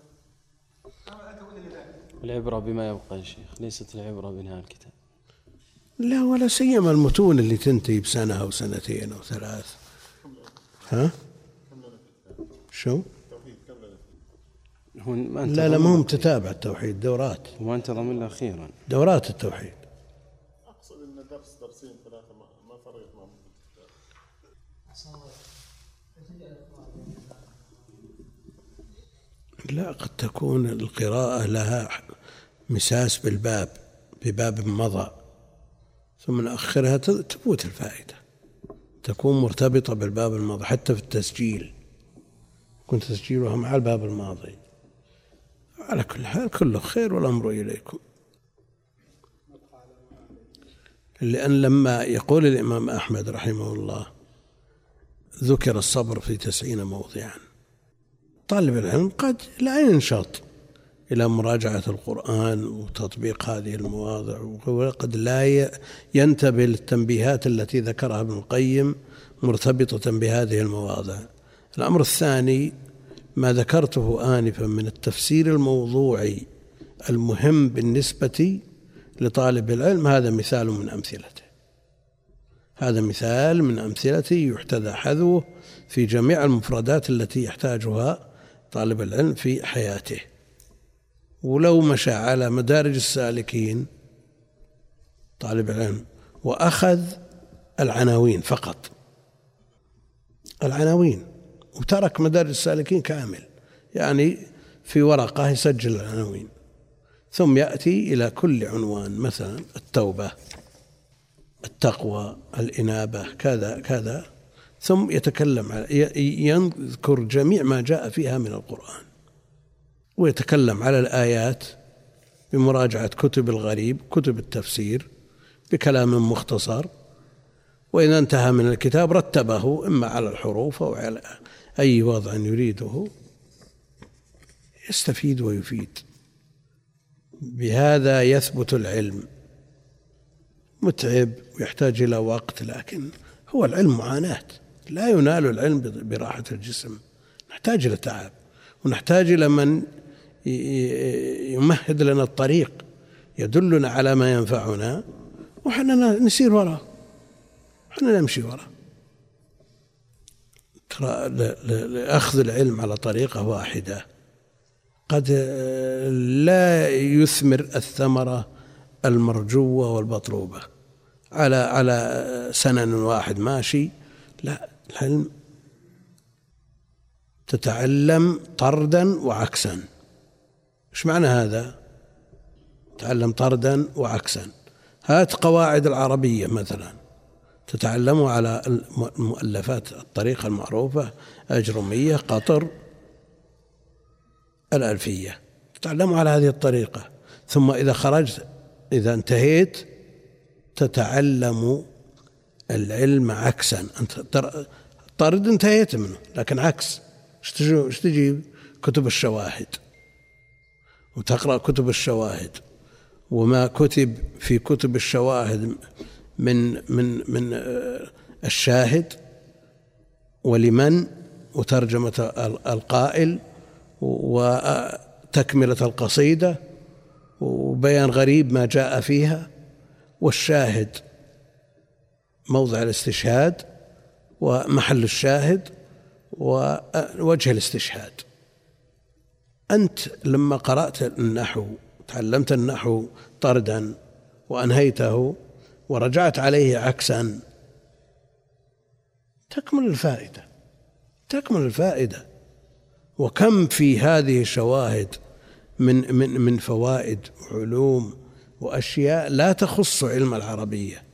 الإنترنت. العبرة بما يبقى يا شيخ، ليست العبرة بنهاية الكتاب. لا، ولا سيما المتون اللي تنتهي بسنة أو سنتين أو ثلاث. ها؟ شو؟ لا لا، ما هم تتابع التوحيد، دورات، وما انتظم إلا أخيرا دورات التوحيد. أقصد أن درس درسين ثلاثة ما فرقت مع لا، قد تكون القراءة لها مساس بالباب بباب مضى، ثم نأخرها تفوت الفائدة، تكون مرتبطة بالباب الماضي. حتى في التسجيل كنت تسجيلها مع الباب الماضي. على كل حال كله خير والأمر إليكم. لأن لما يقول الإمام أحمد رحمه الله ذكر الصبر في تسعين موضعا، طالب العلم قد لا ينشط إلى مراجعة القرآن وتطبيق هذه المواضع، وقد لا ينتبه للتنبيهات التي ذكرها ابن القيم مرتبطة بهذه المواضع. الأمر الثاني ما ذكرته آنفا من التفسير الموضوعي المهم بالنسبة لطالب العلم، هذا مثال من أمثلته، هذا مثال من أمثلته يحتذى حذوه في جميع المفردات التي يحتاجها طالب العلم في حياته. ولو مشى على مدارج السالكين طالب العلم وأخذ العناوين فقط، العناوين، وترك مدارج السالكين كامل، يعني في ورقة يسجل العناوين، ثم يأتي إلى كل عنوان مثلا التوبة، التقوى، الإنابة، كذا كذا، ثم يتكلم يذكر جميع ما جاء فيها من القرآن، ويتكلم على الآيات بمراجعة كتب الغريب، كتب التفسير، بكلام مختصر. وإذا انتهى من الكتاب رتبه إما على الحروف أو على أي وضع يريده، يستفيد ويفيد. بهذا يثبت العلم. متعب ويحتاج إلى وقت، لكن هو العلم معاناة، لا ينال العلم براحة الجسم، نحتاج إلى تعب، ونحتاج إلى من يمهد لنا الطريق، يدلنا على ما ينفعنا، وحنا نسير وراء، حنا نمشي وراء. ترى لأخذ العلم على طريقة واحدة قد لا يثمر الثمرة المرجوة والمطلوبة على على سنن واحد ماشي. لا، العلم تتعلم طردا وعكسا. إيش معنى هذا؟ تتعلم طردا وعكسا. هات قواعد العربية مثلا تتعلموا على المؤلفات الطريقة المعروفة، أجرمية، قطر، الألفية، تتعلموا على هذه الطريقة. ثم إذا خرجت، إذا انتهيت، تتعلم العلم عكسا. أنت طرد انتهيت منه، لكن عكس ايش تجيب؟ كتب الشواهد، وتقرأ كتب الشواهد، وما كتب في كتب الشواهد من من من الشاهد ولمن وترجمة القائل وتكملة القصيدة وبيان غريب ما جاء فيها، والشاهد موضع الاستشهاد ومحل الشاهد ووجه الاستشهاد. أنت لما قرأت النحو تعلمت النحو طردا وأنهيته ورجعت عليه عكسا تكمل الفائدة تكمل الفائدة. وكم في هذه الشواهد من من من فوائد وعلوم وأشياء لا تخص علم العربية.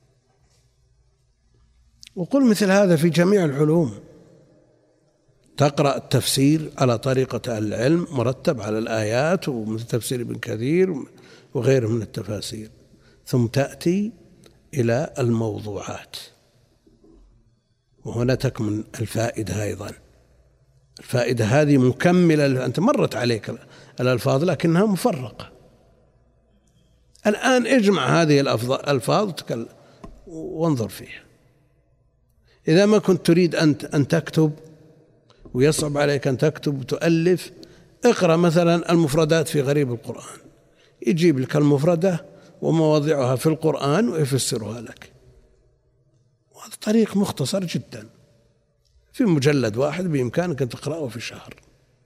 وقل مثل هذا في جميع العلوم، تقرأ التفسير على طريقة أهل العلم مرتب على الآيات ومثل تفسير ابن كثير وغيره من التفاسير، ثم تأتي إلى الموضوعات، وهنا تكمن الفائدة أيضا. الفائدة هذه مكملة، أنت مرت عليك الألفاظ لكنها مفرقة. الآن اجمع هذه الألفاظ وانظر فيها. إذا ما كنت تريد أن تكتب ويصعب عليك أن تكتب وتؤلف، اقرأ مثلا المفردات في غريب القرآن، يجيب لك المفردة ومواضعها في القرآن ويفسرها لك. وهذا طريق مختصر جدا في مجلد واحد بإمكانك أن تقرأه في شهر.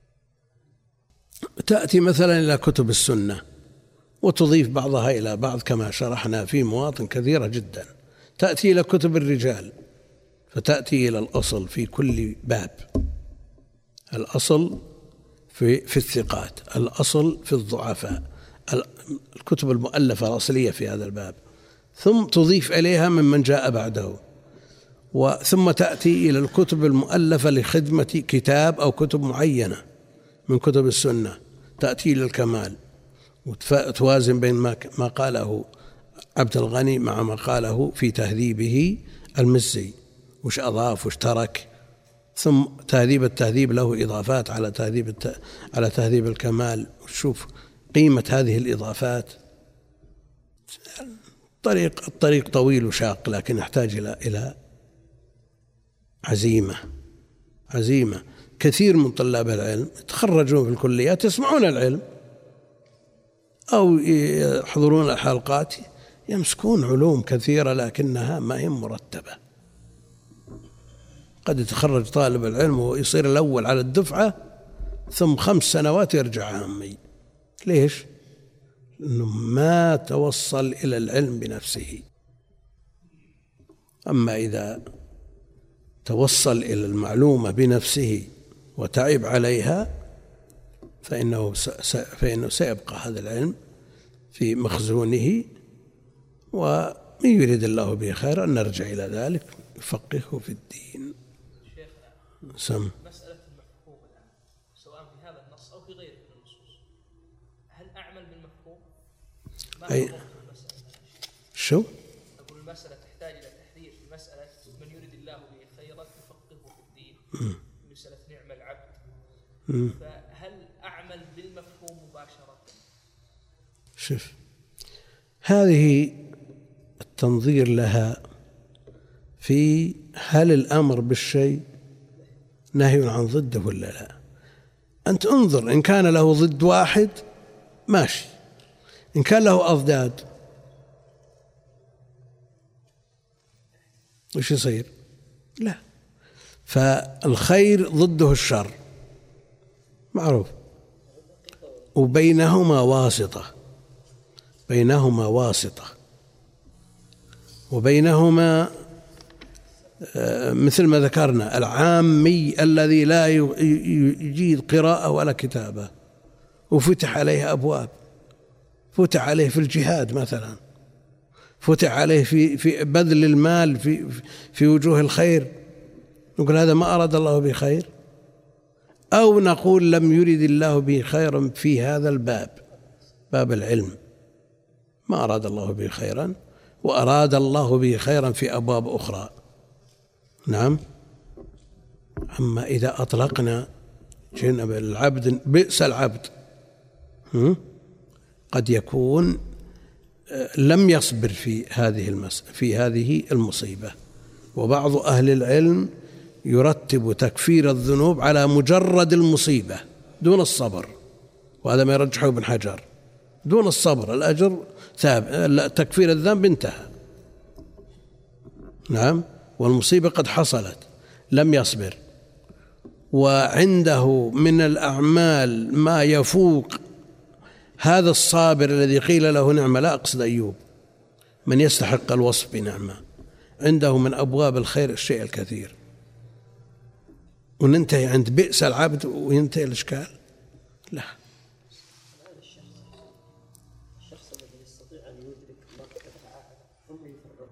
تأتي مثلا إلى كتب السنة وتضيف بعضها إلى بعض كما شرحنا في مواطن كثيرة جدا. تأتي إلى كتب الرجال فتأتي إلى الأصل في كل باب، الأصل في في الثقات، الأصل في الضعفاء، الكتب المؤلفة الأصلية في هذا الباب، ثم تضيف إليها ممن جاء بعده، وثم تأتي إلى الكتب المؤلفة لخدمة كتاب أو كتب معينة من كتب السنة، تأتي إلى الكمال وتوازن بين ما قاله عبد الغني مع ما قاله في تهذيبه المزي، وش أضاف وش ترك. ثم تهذيب التهذيب له إضافات على تهذيب الت... على تهذيب الكمال، وشوف قيمة هذه الإضافات. الطريق الطريق طويل وشاق، لكن يحتاج إلى إلى عزيمة عزيمة. كثير من طلاب العلم يتخرجون في الكليات يسمعون العلم أو يحضرون الحلقات، يمسكون علوم كثيرة لكنها ما هي مرتبة. قد يتخرج طالب العلم ويصير الأول على الدفعة ثم خمس سنوات يرجع عامي. ليش؟ لأنه ما توصل إلى العلم بنفسه. أما إذا توصل إلى المعلومة بنفسه وتعب عليها فإنه فإنه سيبقى هذا العلم في مخزونه، ومن يريد الله به خيرا نرجع إلى ذلك يفقهه في الدين. سم. مسألة المفهوم الآن سواء في هذا النص أو في غيره من النصوص، هل أعمل بالمفهوم؟ ما أي شو؟ أقول المسألة تحتاج إلى تحرير في مسألة من يريد الله به خيرا يفقهه في الدين، مسألة نعم العبد. م. فهل أعمل بالمفهوم مباشرة؟ شوف، هذه التنظير لها في هل الأمر بالشيء نهي عن ضده ولا لا. أنت انظر، إن كان له ضد واحد ماشي، إن كان له أضداد وش يصير؟ لا. فالخير ضده الشر معروف، وبينهما واسطة بينهما واسطة وبينهما مثل ما ذكرنا العامي الذي لا يجيد قراءة ولا كتابة وفتح عليه أبواب، فتح عليه في الجهاد مثلا، فتح عليه في في بذل المال في في وجوه الخير، نقول هذا ما أراد الله به خير؟ أو نقول لم يرد الله به خيرا في هذا الباب، باب العلم، ما أراد الله به خيرا، وأراد الله به خيرا في أبواب أخرى. نعم. أما إذا أطلقنا جنب العبد بئس العبد، قد يكون لم يصبر في هذه المس في هذه المصيبة وبعض أهل العلم يرتب تكفير الذنوب على مجرد المصيبة دون الصبر، وهذا ما يرجحه ابن حجر. دون الصبر الأجر ثابت، تكفير الذنب انتهى. نعم، والمصيبة قد حصلت لم يصبر، وعنده من الأعمال ما يفوق هذا الصابر الذي قيل له نعمة، لا أقصد أيوب، من يستحق الوصف بنعمة، عنده من أبواب الخير الشيء الكثير، وننتهي عند بئس العبد وينتهي الإشكال. لا، الشخص الذي يستطيع أن يدرك مرتبة أعلى ثم يفرط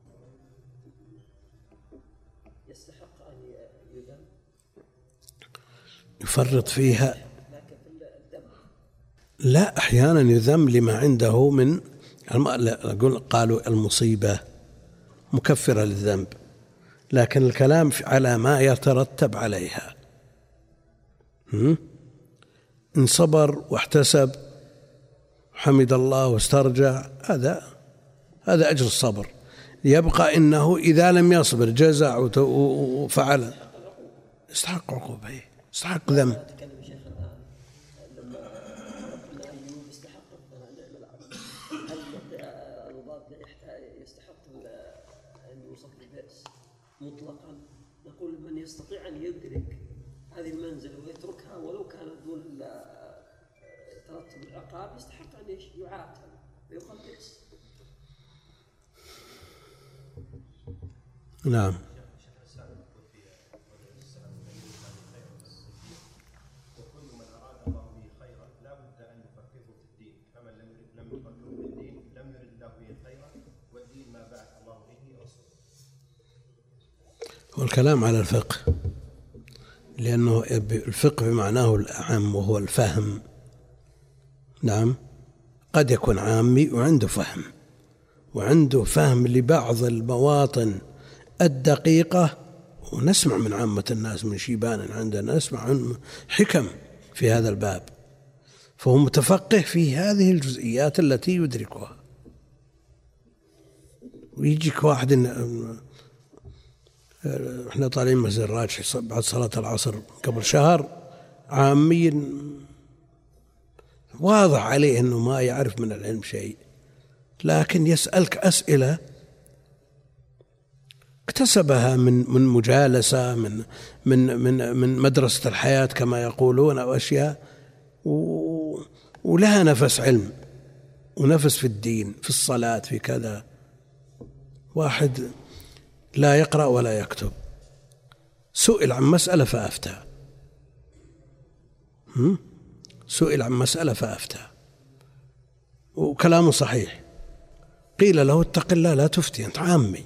يستحق أن يذم، يفرط فيها. لا، أحيانا يذم لما عنده من أقول قالوا المصيبة مكفرة للذنب، لكن الكلام على ما يترتب عليها. إن صبر واحتسب حمد الله واسترجع، هذا هذا أجر الصبر. يبقى إنه إذا لم يصبر جزع وفعل يستحق عقوبة، يستحق ذنب. مطلقا نقول من يستطيع أن يدرك هذه المنزلة ويتركها ولو كانت دون ترتب العقاب يستحق أن يعاتب ويقال بئس. نعم. وكل من أراد الله به خيرا لا بد أن يفقهه في الدين، فمن لم لم يفقهه في الدين لم يرد الله به خيرا، والدين ما بعث الله به رسوله. والكلام على الفقه، لأنه الفقه بمعناه الأعم وهو الفهم. نعم، قد يكون عامي وعنده فهم، وعنده فهم لبعض المواطن الدقيقة، ونسمع من عامة الناس من شيبان عندنا نسمع عن حكم في هذا الباب، فهو متفقه في هذه الجزئيات التي يدركها. ويجيك واحد احنا طالعين مسجد الراجحي بعد صلاة العصر قبل شهر، عامي واضح عليه انه ما يعرف من العلم شيء، لكن يسألك أسئلة اكتسبها من من مجالسة من من من من مدرسة الحياة كما يقولون، أو أشياء ولها نفس علم ونفس في الدين، في الصلاة، في كذا. واحد لا يقرأ ولا يكتب سئل عن مسألة فأفتى، سئل عن مسألة فأفتى وكلامه صحيح، قيل له اتق الله لا تفتي أنت عامي،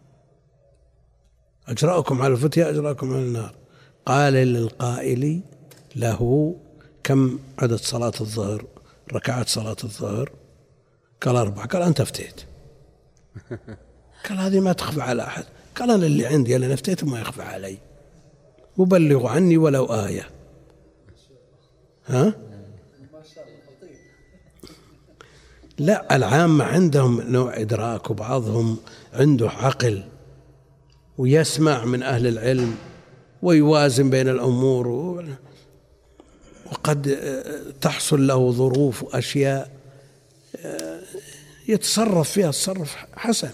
أجرأكم على الفتية أجرأكم على النار. قال للقائل له كم عدد صلاة الظهر، ركعات صلاة الظهر؟ قال أربعة. قال أنت افتيت. قال هذه ما تخفى على أحد. قال أنا اللي عندي اللي نفتيت ما يخفى علي، وبلغوا عني ولو آية. ها؟ لا، العامة عندهم نوع إدراك، وبعضهم عنده عقل ويسمع من أهل العلم ويوازن بين الأمور، وقد تحصل له ظروف وأشياء يتصرف فيها تصرف حسن.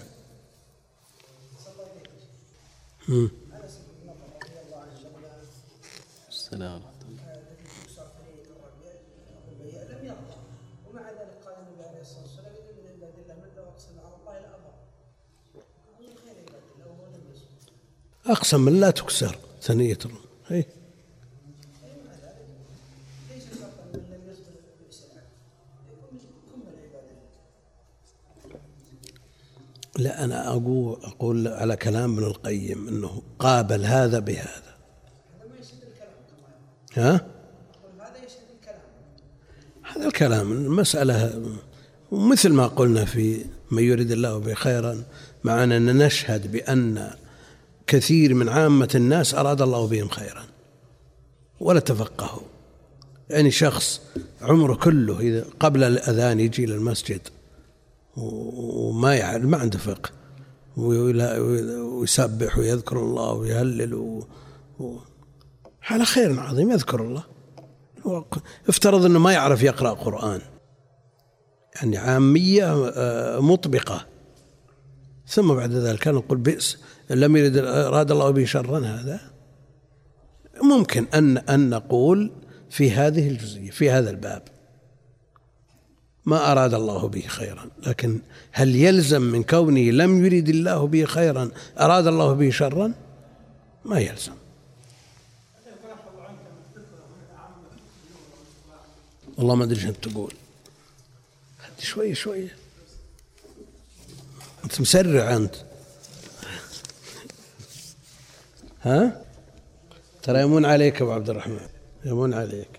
السلام. أقسم من لا تكسر ثنية الله. لا، أنا أقول, أقول على كلام ابن القيم أنه قابل هذا بهذا. ها؟ هذا الكلام المسألة ومثل ما قلنا في من يريد الله به خيرا، مع أننا نشهد بأن كثير من عامة الناس أراد الله بهم خيرا ولا تفقهوا. يعني شخص عمره كله إذا قبل الأذان يجي للمسجد وما يعرف، ما عنده فقه، ويسبح ويذكر الله ويهلل و... و... على خير عظيم يذكر الله. افترض أنه ما يعرف يقرأ قرآن، يعني عامية مطبقة، ثم بعد ذلك نقول بئس لم يرد أراد الله به شرا، هذا ممكن أن أن نقول في هذه الجزئية في هذا الباب ما أراد الله به خيرا، لكن هل يلزم من كونه لم يرد الله به خيرا أراد الله به شرا؟ ما يلزم. والله ما أدري ايش أنت تقول، شوية شوية أنت مسرع أنت. ها ترى يمون عليك أبو عبد الرحمن، يمون عليك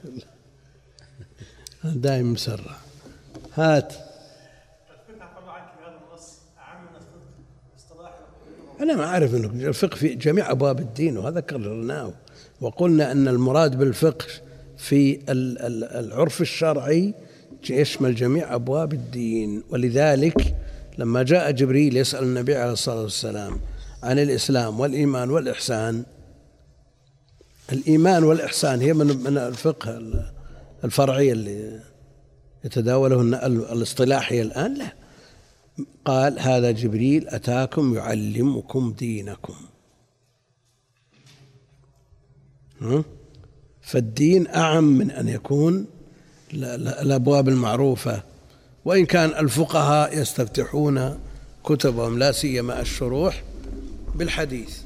دائما مسرع. هات أنا ما أعرف أنه الفقه في جميع أبواب الدين، وهذا كررناه وقلنا أن المراد بالفقه في العرف الشرعي يشمل جميع أبواب الدين. ولذلك لما جاء جبريل يسأل النبي عليه الصلاة والسلام عن الإسلام والإيمان والإحسان، الإيمان والإحسان هي من الفقه الفرعي اللي يتداوله الاصطلاحي الآن، لا، قال هذا جبريل أتاكم يعلمكم دينكم. فالدين أعم من أن يكون الأبواب المعروفة، وإن كان الفقهاء يستفتحون كتبهم لا سيما الشروح بالحديث.